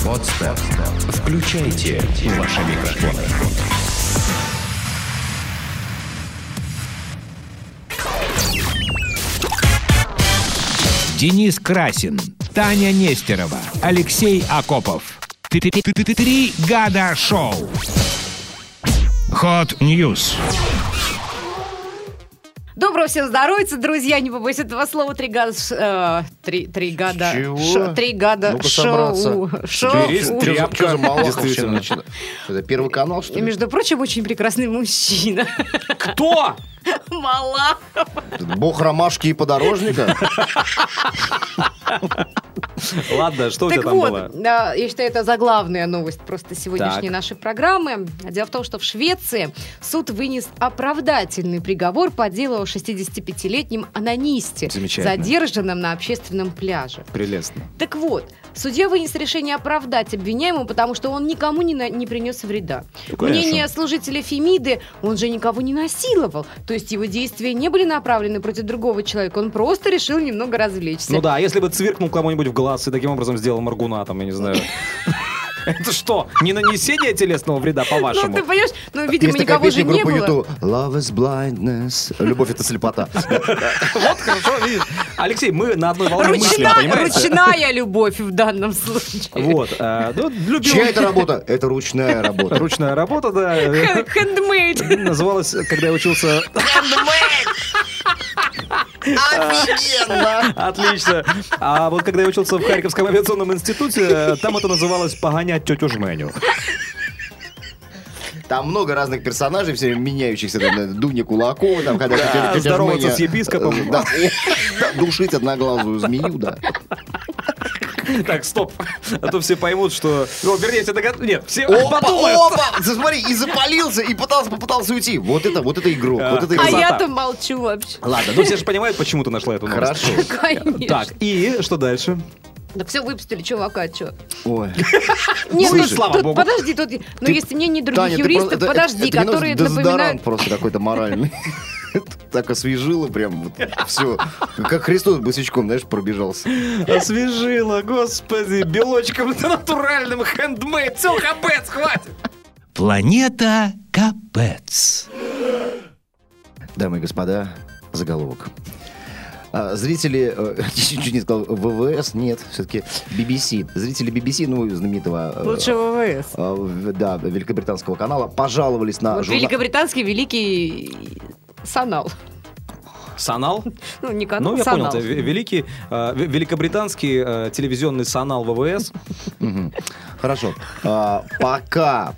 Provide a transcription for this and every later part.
Подстер. Включайте ваши микрофоны. Денис Красин, Таня Нестерова, Алексей Акопов. Три года шоу. Hot News. Доброго всем здоровья, друзья, не побоюсь этого слова. 3 года... Чего? 3 года Ну-ка шоу. Что за Малахов начинает? Это Первый канал, что И, ли? между прочим, очень прекрасный мужчина. Кто? Малахов. Бог ромашки и подорожника? Ладно, что у тебя Так там вот, было? я считаю, это заглавная новость просто сегодняшней Так. нашей программы. Дело в том, что в Швеции суд вынес оправдательный приговор по делу о 65-летнем анонисте, Замечательно. задержанном на общественном пляже. Прелестно. Так вот, судья вынес решение оправдать обвиняемого, потому что он никому не принес вреда. Ну, конечно. Мнение служителя Фемиды, он же никого не насиловал. То есть его действия не были направлены против другого человека. Он просто решил немного развлечься. Ну да, а если бы цвиркнул кому-нибудь в глаз и таким образом сделал моргуна, там, я не знаю. Это что, не нанесение телесного вреда, Ну, по-вашему? ты понимаешь, ну, видимо, Есть такая никого же песня не группы было. YouTube. Love is blindness. Любовь — это слепота. Вот хорошо, видишь. Алексей, мы на одной волне мыслим, понимаете? Ручная любовь в данном случае. Вот. Ну, любил... Чья это работа? Это ручная работа. Ручная работа, да. Handmade. Называлась, когда я учился... Офигенно! Отлично. А вот когда я учился в Харьковском авиационном институте, там это называлось «погонять тетю Жменю». Там много разных персонажей, все меняющихся. Там, Дуня Кулакова, там, когда тетя здороваться Жменя, с епископом. да, душить одноглазую змею, да. Так, стоп. А то все поймут, что... Ну, вернее, все догадаются. Нет, все Опа, подумают. опа! Смотри, и запалился, и попытался уйти. Вот это игрок, вот это А игрок. я-то молчу вообще. Ладно, ну все же понимают, почему ты нашла эту новость. Хорошо. Конечно. Так, и что дальше? Да все выпустили, чувака, что? Ой. Нет, Слышь, тут- слава тут богу. подожди, тут, ну Ты- есть мнение других Таня, ты юристов, просто- подожди, это не которые дезодорант напоминают... просто какой-то моральный. Так освежило прям все. Как Христос босичком, знаешь, пробежался. Освежила, господи, белочком натуральным, хендмейд, все, хапец, хватит. Планета Капец. Дамы и господа, заголовок. Зрители, чуть не сказал ВВС, нет, все-таки BBC. Зрители BBC, ну, знаменитого... Лучше ВВС. Да, великобританского канала, пожаловались на Вот великобританский великий санал. Санал? Ну, не канал, Ну, я понял, санал. это великий, великобританский телевизионный санал ВВС. Хорошо. Пока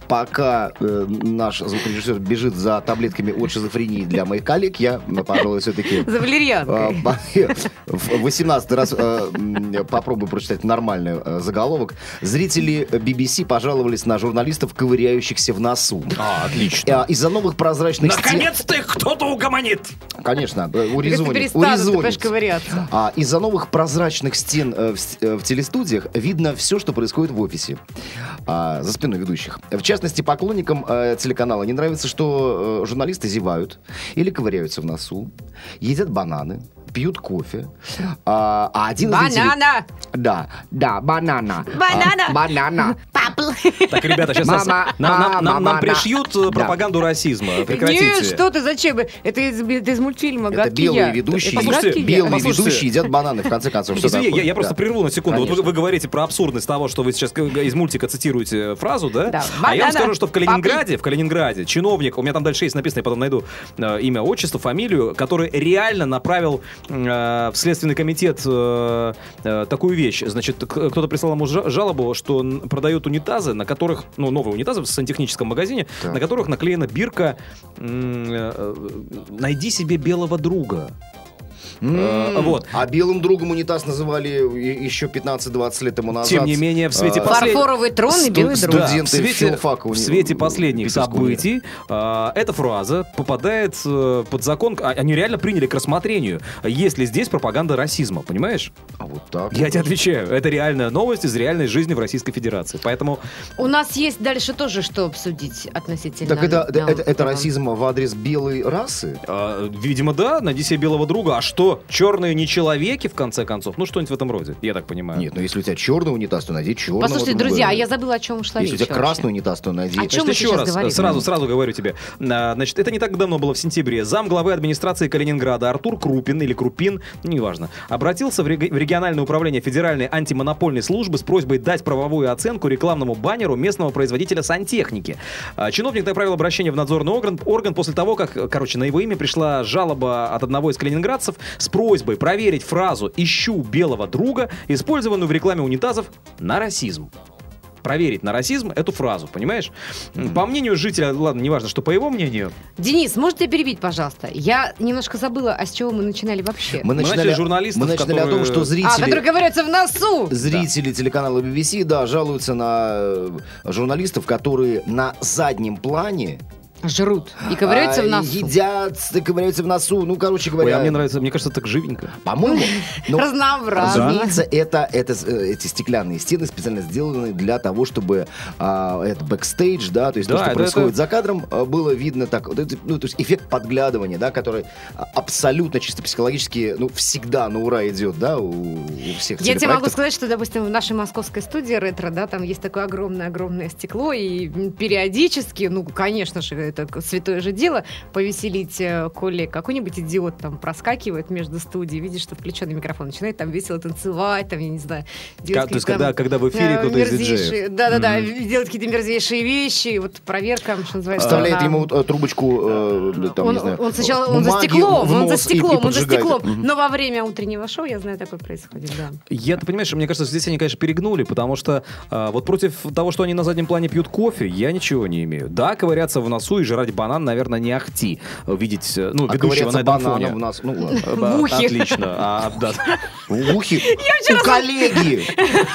наш звукорежиссер бежит за таблетками от шизофрении для моих коллег, я, пожалуй, все-таки... За валерьянкой. В 18 раз попробую прочитать нормальный заголовок. Зрители BBC пожаловались на журналистов, ковыряющихся в носу. Отлично. Из-за новых прозрачных стен... Наконец-то их кто-то угомонит. Конечно, Если урезонит. перестанут, ты понимаешь, ковыряться. Из-за новых прозрачных стен в телестудиях видно все, что происходит в офисе. За спиной ведущих. В частности, поклонникам телеканала не нравится, что журналисты зевают или ковыряются в носу, едят бананы, пьют кофе. Один из зрителей... Банана! Да, банана. Банана! Банана. Папа! Так, ребята, сейчас Мама, нам на. пришьют пропаганду расизма. Прекратите. Нет, что ты, зачем? Это из мультфильма Это «Гадкий белые я». ведущие. Это Послушайте, «Гадкий я». Белые Послушайте. ведущие едят бананы, в конце концов. Что Извини, такое? я просто Да. прерву на секунду. Вот Конечно. вы говорите про абсурдность того, что вы сейчас из мультика цитируете фразу, да? Да. А я вам Банана. скажу, что в Калининграде чиновник, у меня там дальше есть написано, я потом найду имя, отчество, фамилию, который реально направил в Следственный комитет такую вещь. Значит, кто-то прислал ему жалобу, что продают унитазы, на которых, ну, новые унитазы в сантехническом магазине, Так. на которых наклеена бирка «Найди себе белого друга». Вот. А белым другом унитаз называли еще 15-20 лет тому назад. Тем не менее, в свете Фарфоровый трон и белый друг. Да, Студенты в свете, филфака в свете последних Липецкого событий эта фраза попадает под закон. Они реально приняли к рассмотрению, есть ли здесь пропаганда расизма, понимаешь? А вот так. Я тебе отвечаю, это реальная новость из реальной жизни в Российской Федерации. Поэтому У нас есть дальше тоже что обсудить относительно... Так это да, расизм в адрес белой расы? видимо, да, найди себе белого друга. А что? что, черные не человеки, в конце концов? Ну, что-нибудь в этом роде, я так понимаю. Нет, ну если у тебя черный унитаз, то найди черного. Послушайте, друзья, а я забыла, о чем шла Если у речь тебя вообще. красный унитаз, то найди. О чем мы еще сейчас раз, говорим? сразу говорю тебе. Значит, это не так давно было, в сентябре. Замглавы администрации Калининграда Артур Крупин или Крупин, неважно, обратился в региональное управление Федеральной антимонопольной службы с просьбой дать правовую оценку рекламному баннеру местного производителя сантехники. Чиновник направил обращение в надзорный орган после того, как, на его имя пришла жалоба от одного из калининградцев с просьбой проверить фразу «ищу белого друга», использованную в рекламе унитазов, на расизм. Проверить на расизм эту фразу, понимаешь? По мнению жителя, ладно, неважно, что по его мнению. Денис, можете перебить, пожалуйста? Я немножко забыла, а с чего мы начинали вообще. Мы начинали журналистов, о том, которые- что которые говорятся в носу! Зрители телеканала BBC, да, жалуются на журналистов, которые на заднем плане Жрут и ковыряются в носу. едят, ковыряются в носу. Ну, короче Ой, говоря, а мне нравится, мне кажется, так живенько. по-моему, ну, Разнообразно. разумеется, эти стеклянные стены специально сделаны для того, чтобы это бэкстейдж, да, то есть Да, то, что это- происходит за кадром, было видно так. Вот это, ну, то есть эффект подглядывания, да, который абсолютно чисто психологически, ну, всегда на ура идет, да, у всех Я тебе могу телепроектов. сказать, что, допустим, в нашей московской студии ретро, да, там есть такое огромное-огромное стекло, и периодически, ну, конечно же, это святое же дело, повеселить коллег. Какой-нибудь идиот там проскакивает между студией, видишь, что включенный микрофон, начинает там весело танцевать, там, я не знаю, делать То есть, какие-то когда в эфире кто-то из диджеев. Да-да-да, делать какие-то мерзейшие вещи, вот проверка, что называется. Вставляет на- ему трубочку, там, он, не знаю, он сначала он за бумаги стеклом, в он за нос и стеклом, он за поджигает. стеклом. Мгм. Но во время утреннего шоу, я знаю, такое происходит, да. Ты понимаешь, мне кажется, здесь они, конечно, перегнули, потому что вот против того, что они на заднем плане пьют кофе, я ничего не имею. Да, ковыряться в носу и жрать банан, наверное, не ахти. Видеть, ну, А ведущего ковыряться на этом бананом фоне. в нас, ну ладно. В ухе. Отлично. Да. В ухе у коллеги.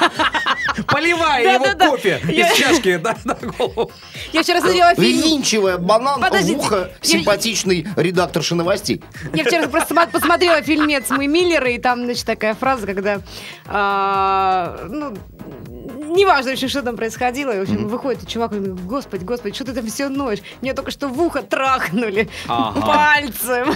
Поливая его Да-да-да. кофе из чашки на голову. Я вчера смотрела фильм. Ввинчивая банан Подождите, в ухо симпатичный редакторши новостей. Я вчера просто посмотрела фильмец «Мы Миллеры», и там, значит, такая фраза, когда, ну, неважно вообще, что там происходило, и, в общем, выходит чувак и говорит: господи, что ты там все ноешь? Меня только что в ухо трахнули Ага. пальцем.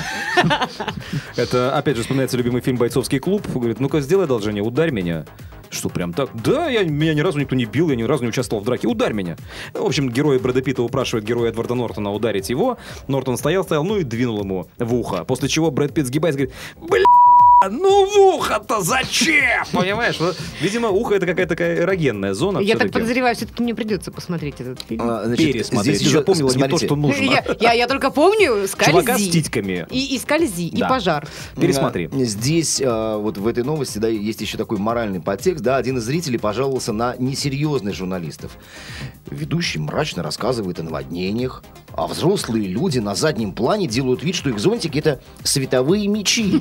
Это, опять же, вспоминается любимый фильм «Бойцовский клуб». Говорит, ну-ка, сделай одолжение, ударь меня. Что, прям так? Да, меня ни разу никто не бил, я ни разу не участвовал в драке. Ударь меня. В общем, герой Брэда Питта упрашивает героя Эдварда Нортона ударить его. Нортон стоял, ну и двинул ему в ухо. После чего Брэд Питт сгибается и говорит: бля, ну в ухо-то зачем? Понимаешь? Вот, видимо, ухо — это какая-то такая эрогенная зона. Я так все-таки. подозреваю, все-таки мне придется посмотреть этот фильм. Пересмотреть. Ты еще, запомнила не то, смотрите, что нужно. Я только помню Чувака с «Скользи». титьками. И «Скользи», и Да. «Пожар». Пересмотри. Здесь, вот в этой новости, да, есть еще такой моральный подтекст, да, один из зрителей пожаловался на несерьезных журналистов. Ведущий мрачно рассказывает о наводнениях, а взрослые люди на заднем плане делают вид, что их зонтики — это световые мечи.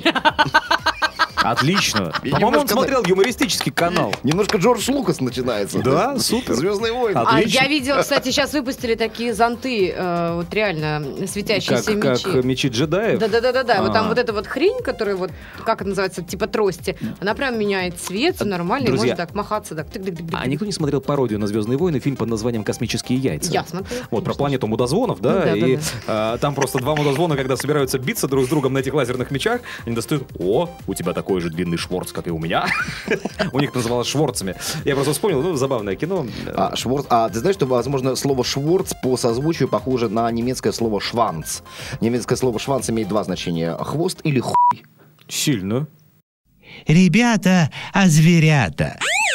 Отлично. И По-моему, он немножко смотрел юмористический канал. Немножко Джордж Лукас начинается. Да, супер. «Звездные войны». А Отлично. я видела, кстати, сейчас выпустили такие зонты, вот реально светящиеся мечи. Как мечи джедаев? Да. Вот там А. вот эта вот хрень, которая вот, как это называется, типа трости, она прям меняет цвет, все нормально, и Друзья, можно так махаться, так. тык-тык-тык-тык. А никто не смотрел пародию на «Звездные войны», фильм под названием «Космические яйца»? Я смотрела. Вот, про планету мудозвонов, да, Да, и да, там просто два мудозвона, когда собираются биться друг с другом на этих лазерных мечах, они достают: о, у тебя такой же длинный Шворц, как и у меня. У них называлось Шворцами. Я просто вспомнил, ну, забавное кино. Ты знаешь, что, возможно, слово «шворц» по созвучию похоже на немецкое слово «шванц». Немецкое слово «шванц» имеет два значения: хвост или хуй. Сильно. Ребята, а зверята?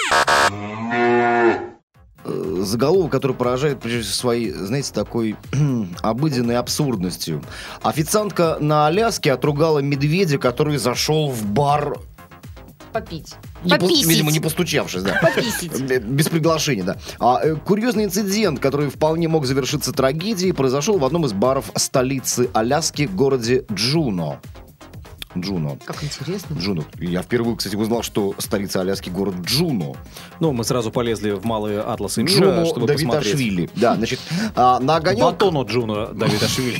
Заголовок, который поражает прежде всего своей, знаете, такой обыденной абсурдностью. Официантка на Аляске отругала медведя, который зашел в бар, Попить. видимо, не постучавшись, да. Пописить. Без приглашения, да. Курьезный инцидент, который вполне мог завершиться трагедией, произошел в одном из баров столицы Аляски, городе Джуно. Как интересно. Джуно. Я впервые, кстати, узнал, что столица Аляски — город Джуно. Ну, мы сразу полезли в малые атласы мира, Джуно чтобы посмотреть. Давидашвили. Да, значит, на огонек... Батоно Джуно Давидашвили.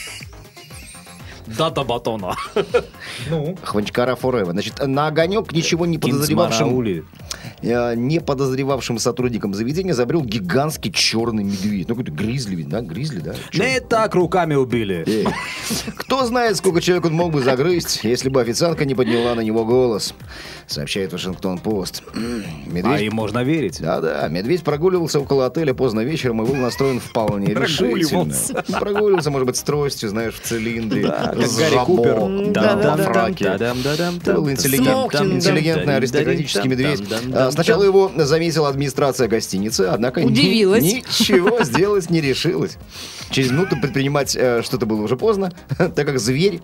Дата батона. Ну. Хванчкара Forever. Значит, на огонек ничего не подозревавшим... не подозревавшим сотрудникам заведения забрел гигантский черный медведь. Ну, какой-то гризли, да? Гризли, да? Не так руками убили. Кто знает, сколько человек он мог бы загрызть, если бы официантка не подняла на него голос, сообщает Вашингтон-Пост. А им можно верить. Да-да, медведь прогуливался около отеля поздно вечером и был настроен вполне решительно. Прогуливался, может быть, с тростью, знаешь, в цилиндре. Да, как Гарри Купер. Да, в фраке. Был интеллигентный аристократический медведь. Сначала его заметила администрация гостиницы, однако удивилась. Ничего сделать не решилась. Через минуту предпринимать что-то было уже поздно, так как зверь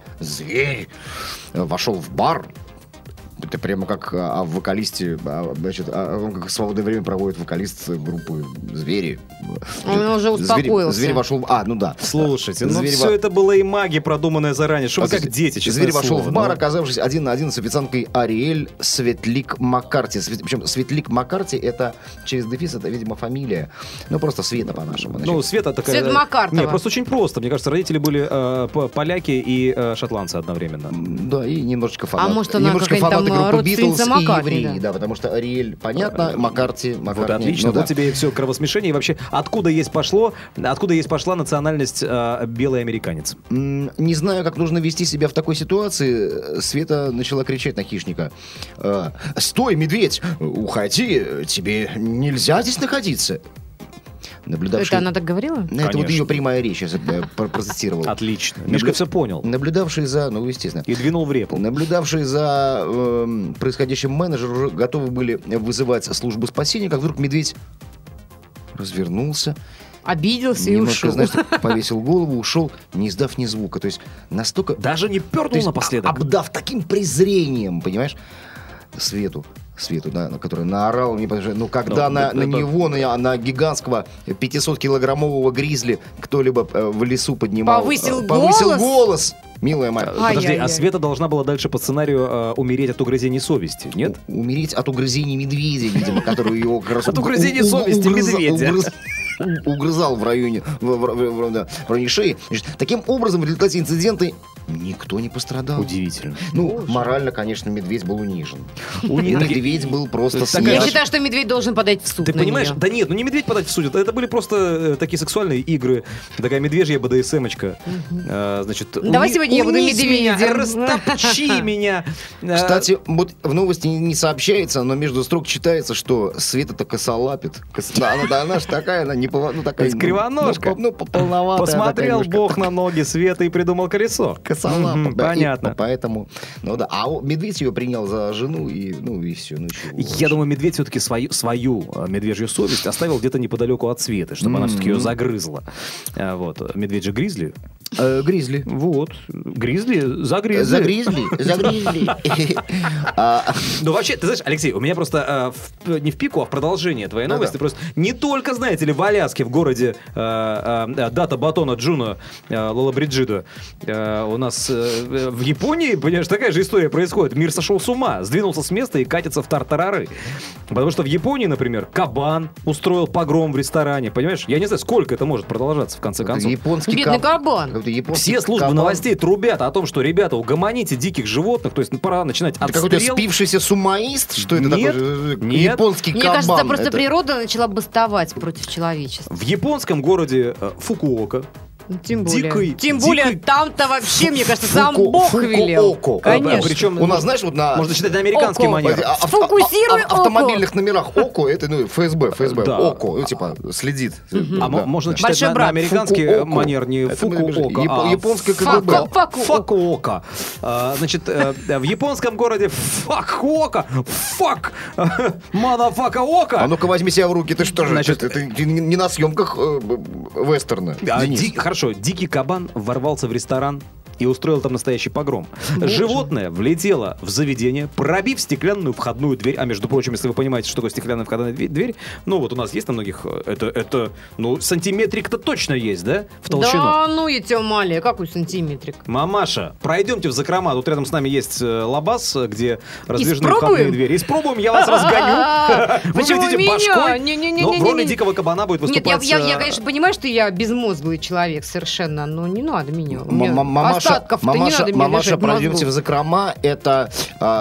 вошел в бар. Это прямо как в вокалисте, значит, он как свободное время проводит вокалист группы «Звери». Он уже успокоился. Зверь вошел... ну да. Слушайте, все это было и магия, продуманная заранее. Что вы как дети, честное Зверь вошел слово, в бар, оказавшись 1 на 1 с официанткой Ариэль Светлик Маккарти. Причем Светлик Маккарти, это через дефис, это, видимо, фамилия. Ну, просто Света по-нашему. Ну, Света такая... Света Маккартова. Не, просто очень просто. Мне кажется, родители были поляки и шотландцы одновременно. Да, и немножечко фанаты. А может, она какая-нибудь там группы Битлз и Маккартни, евреи, да, потому что Ариэль, понятно, Маккарти. Вот отлично, вот тебе и все кровосмешение. И вообще, откуда есть пошла национальность белый американец? Не знаю, как нужно вести себя в такой ситуации. Света начала кричать на хищника. «Стой, медведь! Уходи! Тебе нельзя здесь находиться!» Это она так говорила? Это вот ее прямая речь, я процитировал. Отлично. Мишка все понял. Наблюдавший за, естественно. И двинул в репу. Наблюдавшие за происходящим менеджеры уже готовы были вызывать службу спасения, как вдруг медведь развернулся. Обиделся и ушел. Знаешь, повесил голову, ушел, не издав ни звука. То есть настолько... Даже не пернул напоследок. Обдав таким презрением, понимаешь, Свету, да, которая наорала мне, когда на него, на гигантского 500-килограммового гризли кто-либо в лесу поднимал... Повысил голос? Милая моя. Подожди, а Света должна была дальше по сценарию умереть от угрызений совести, нет? Умереть от угрызений медведя, видимо, который его... От угрызений совести медведя. Угрызал в районе шеи. Таким образом, в результате инцидента никто не пострадал. Удивительно. Морально, конечно, медведь был унижен. Медведь был просто съеден. Я считаю, что медведь должен подать в суд. Ты понимаешь? Да нет, не медведь подать в суд. Это были просто такие сексуальные игры. Такая медвежья БДСМ-очка. Значит, давай сегодня я буду медведем. Растопчи меня. Кстати, вот в новости не сообщается, но между строк читается, что Света-то косолапит. Она же такая, она не такая... Кривоножка. Полноватая. Посмотрел Бог на ноги Светы и придумал колесо. Косолапа. Понятно. Поэтому, А медведь ее принял за жену, и все. Я думаю, медведь все-таки свою медвежью совесть оставил где-то неподалеку от Светы, чтобы она все-таки ее загрызла. Вот. Медведь же гризли. Гризли. Вот. Гризли? Загризли. Загризли. Ну, вообще, ты знаешь, Алексей, у меня просто не в пику, а в продолжение твоей новости. Просто не только, знаете ли, в Аляске, в городе дата батона Джуно Лолабриджидо, у нас в Японии, понимаешь, такая же история происходит. Мир сошел с ума, сдвинулся с места и катится в тартарары. Потому что в Японии, например, кабан устроил погром в ресторане. Понимаешь? Я не знаю, сколько это может продолжаться, в конце концов. Бедный кабан. Все службы новостей трубят о том, что, ребята, угомоните диких животных, то есть пора начинать отстрел. Это какой-то спившийся сумаист? Что это такое? Нет. Японский кабан. Мне кажется, просто природа начала бастовать против человечества. В японском городе Фукуока Тем более, там-то вообще, мне кажется, сам Бог велел. Конечно. Причем у нас, знаешь, вот на... Можно читать на американский манер. Сфокусируй око. Автомобильных номерах ОКО, это ФСБ, да. ОКО, следит. А можно читать на американский манер, не Фукуока, а японское КГБ. Фукуока. Значит, в японском городе Фукуока, мадафака ока. А ну-ка возьми себя в руки, ты что же, ты не на съемках вестерна. Хорошо, дикий кабан ворвался в ресторан и устроил там настоящий погром. Животное влетело в заведение, пробив стеклянную входную дверь. А между прочим, если вы понимаете, что такое стеклянная входная дверь, у нас есть на многих, это сантиметрик-то точно есть, да? В толщину. Да, я тебя умоляю, какой сантиметрик? Мамаша, пройдемте в закрома. Тут рядом с нами есть лабаз, где раздвижные входные двери. Испробуем, я вас разгоню. Почему меня? Не-не-не. В роли дикого кабана будет выступать... Нет, я, конечно, понимаю, что я безмозглый человек совершенно, но не надо меня. Мамаша, остатков-то не надо мне Мамаша, лежать в пройдемте мозгу. в закрома. Это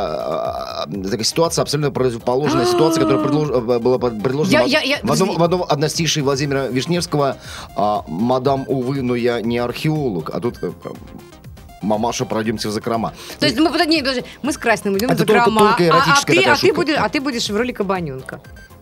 такая ситуация абсолютно противоположная ситуации, которая была предложена в одном одностишии Владимира Вишневского. «Мадам, увы, но я не археолог». А тут... Мамаша, пройдемте в закрома. То есть мы с Красным идем в Это закрома, только эротическая такая шутка. ты будешь в роли кабаненка.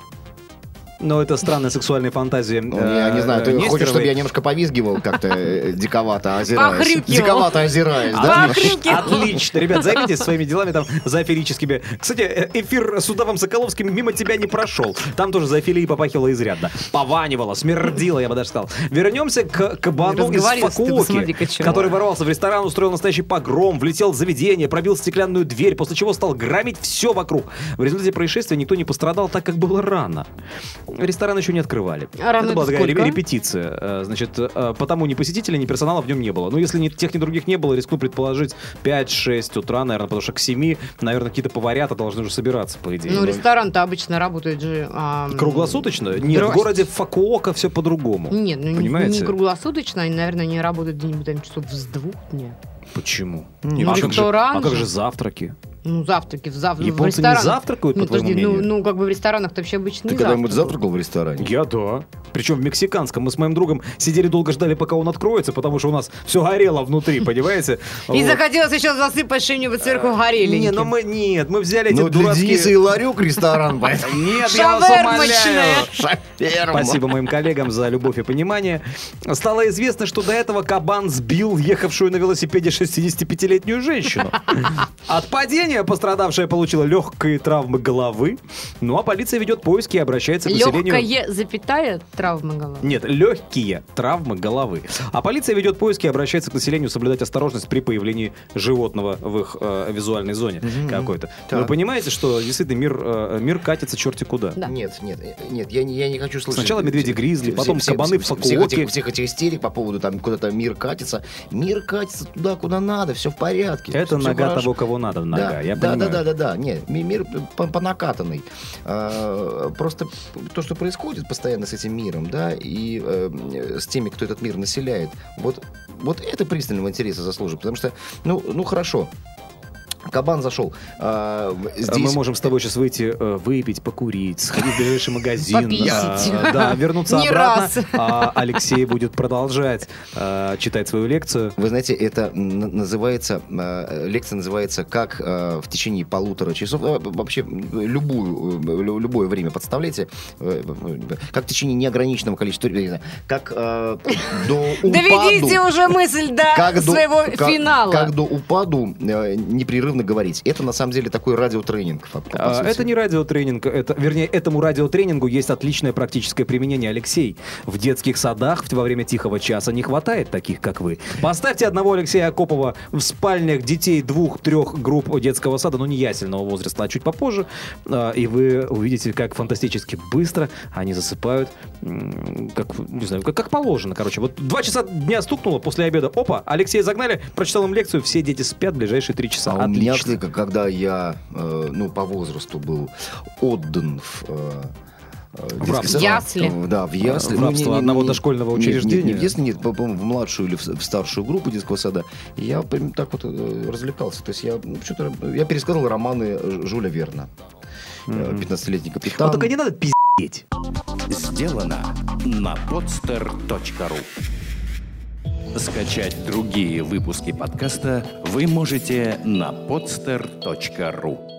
Но это странная сексуальная фантазия. Я не знаю, ты хочешь, Нестеровой. чтобы я немножко повизгивал как-то диковато озираясь? Похрюкивал. Диковато озираясь, да? Отлично. Ребят, займитесь своими делами там зоофилическими. Кстати, эфир с Удавом Соколовским мимо тебя не прошел. Там тоже зоофилией попахивало изрядно. Пованивало, смердило, я бы даже сказал. Вернемся к кабану из Фукуоки, который ворвался в ресторан, устроил настоящий погром, влетел в заведение, пробил стеклянную дверь, после чего стал громить все вокруг. В результате происшествия никто не пострадал, так как было рано. Ресторан еще не открывали. Рано это была такая сколько? репетиция. Значит, потому ни посетителей, ни персонала в нем не было. Ну, если ни тех, ни других не было, рискну предположить 5-6 утра, наверное, потому что к 7, наверное, какие-то поварята должны уже собираться, по идее. Ну, ресторан-то обычно работает же... Круглосуточно? Нет, в городе Фукуока все по-другому. Нет, понимаете? не круглосуточно, они, наверное, не работают где-нибудь там часов с 2 дня. Почему? Ну, а ресторан как же. же завтраки? Ну, завтраки, в Японцы не ресторанах. завтракают, по твоему мнению? Ну, как бы в ресторанах-то вообще обычно Ты не когда-нибудь завтракают. завтракал в ресторане? Я да. Причем в мексиканском. Мы с моим другом сидели долго, ждали, пока он откроется, потому что у нас все горело внутри, понимаете? И Вот. захотелось еще засыпать что-нибудь сверху гореленьким. Мы взяли эти Ну, для дурацкие... Дениса и Ларек ресторан, поэтому... Нет, я вас Шавермочная. умоляю. Спасибо моим коллегам за любовь и понимание. Стало известно, что до этого кабан сбил ехавшую на велосипеде 65-летнюю женщину. От падения пострадавшая получила легкие травмы головы. Ну а полиция ведет поиски и обращается к населению... Легкая запятая травма головы. Нет, легкие травмы головы. А полиция ведет поиски и обращается к населению соблюдать осторожность при появлении животного в их визуальной зоне какой-то. Так. Вы понимаете, что действительно мир катится черти куда? Да. Нет, я не хочу слышать. Сначала медведи-гризли, потом кабаны в Фукуоке. Всех этих истерик по поводу там куда-то мир катится. Мир катится туда, куда надо, все в порядке. Это всё нога хорошо. того, кого надо, нога, я понимаю. Да. Нет, мир по накатанной. Просто то, что происходит постоянно с этим миром, да, и с теми, кто этот мир населяет, вот это пристального интереса заслуживает. Потому что, ну хорошо. Кабан зашел. Здесь... Мы можем с тобой сейчас выйти, выпить, покурить, сходить в ближайший магазин. Пописить. Да, вернуться Не обратно. раз. А Алексей будет продолжать читать свою лекцию. Вы знаете, это называется, лекция называется «Как в течение 1,5 часов», вообще любое время подставляйте, как в течение неограниченного количества времени, как до упаду... Доведите уже мысль до своего финала. Как до упаду непрерывно говорить. Это на самом деле такой радиотренинг. по сути. Это не радиотренинг, этому радиотренингу есть отличное практическое применение, Алексей. В детских садах во время тихого часа не хватает таких, как вы. Поставьте одного Алексея Акопова в спальнях детей 2-3 групп детского сада, но не ясельного возраста, а чуть попозже, и вы увидите, как фантастически быстро они засыпают, как положено, короче. Вот 2 часа дня стукнуло после обеда, опа, Алексея загнали, прочитал им лекцию, все дети спят в ближайшие 3 часа. А у меня, Отлично. когда я по возрасту был отдан в детский сад. Ясли. Да, в ясли. В рабство одного дошкольного учреждения. Не в ясли, нет, по-моему, в младшую или в старшую группу детского сада. И я так вот развлекался. То есть я пересказывал романы Жюля Верна. 15-летний капитан. Вот только не надо пиздеть. Сделано на podster.ru. Скачать другие выпуски подкаста вы можете на podster.ru.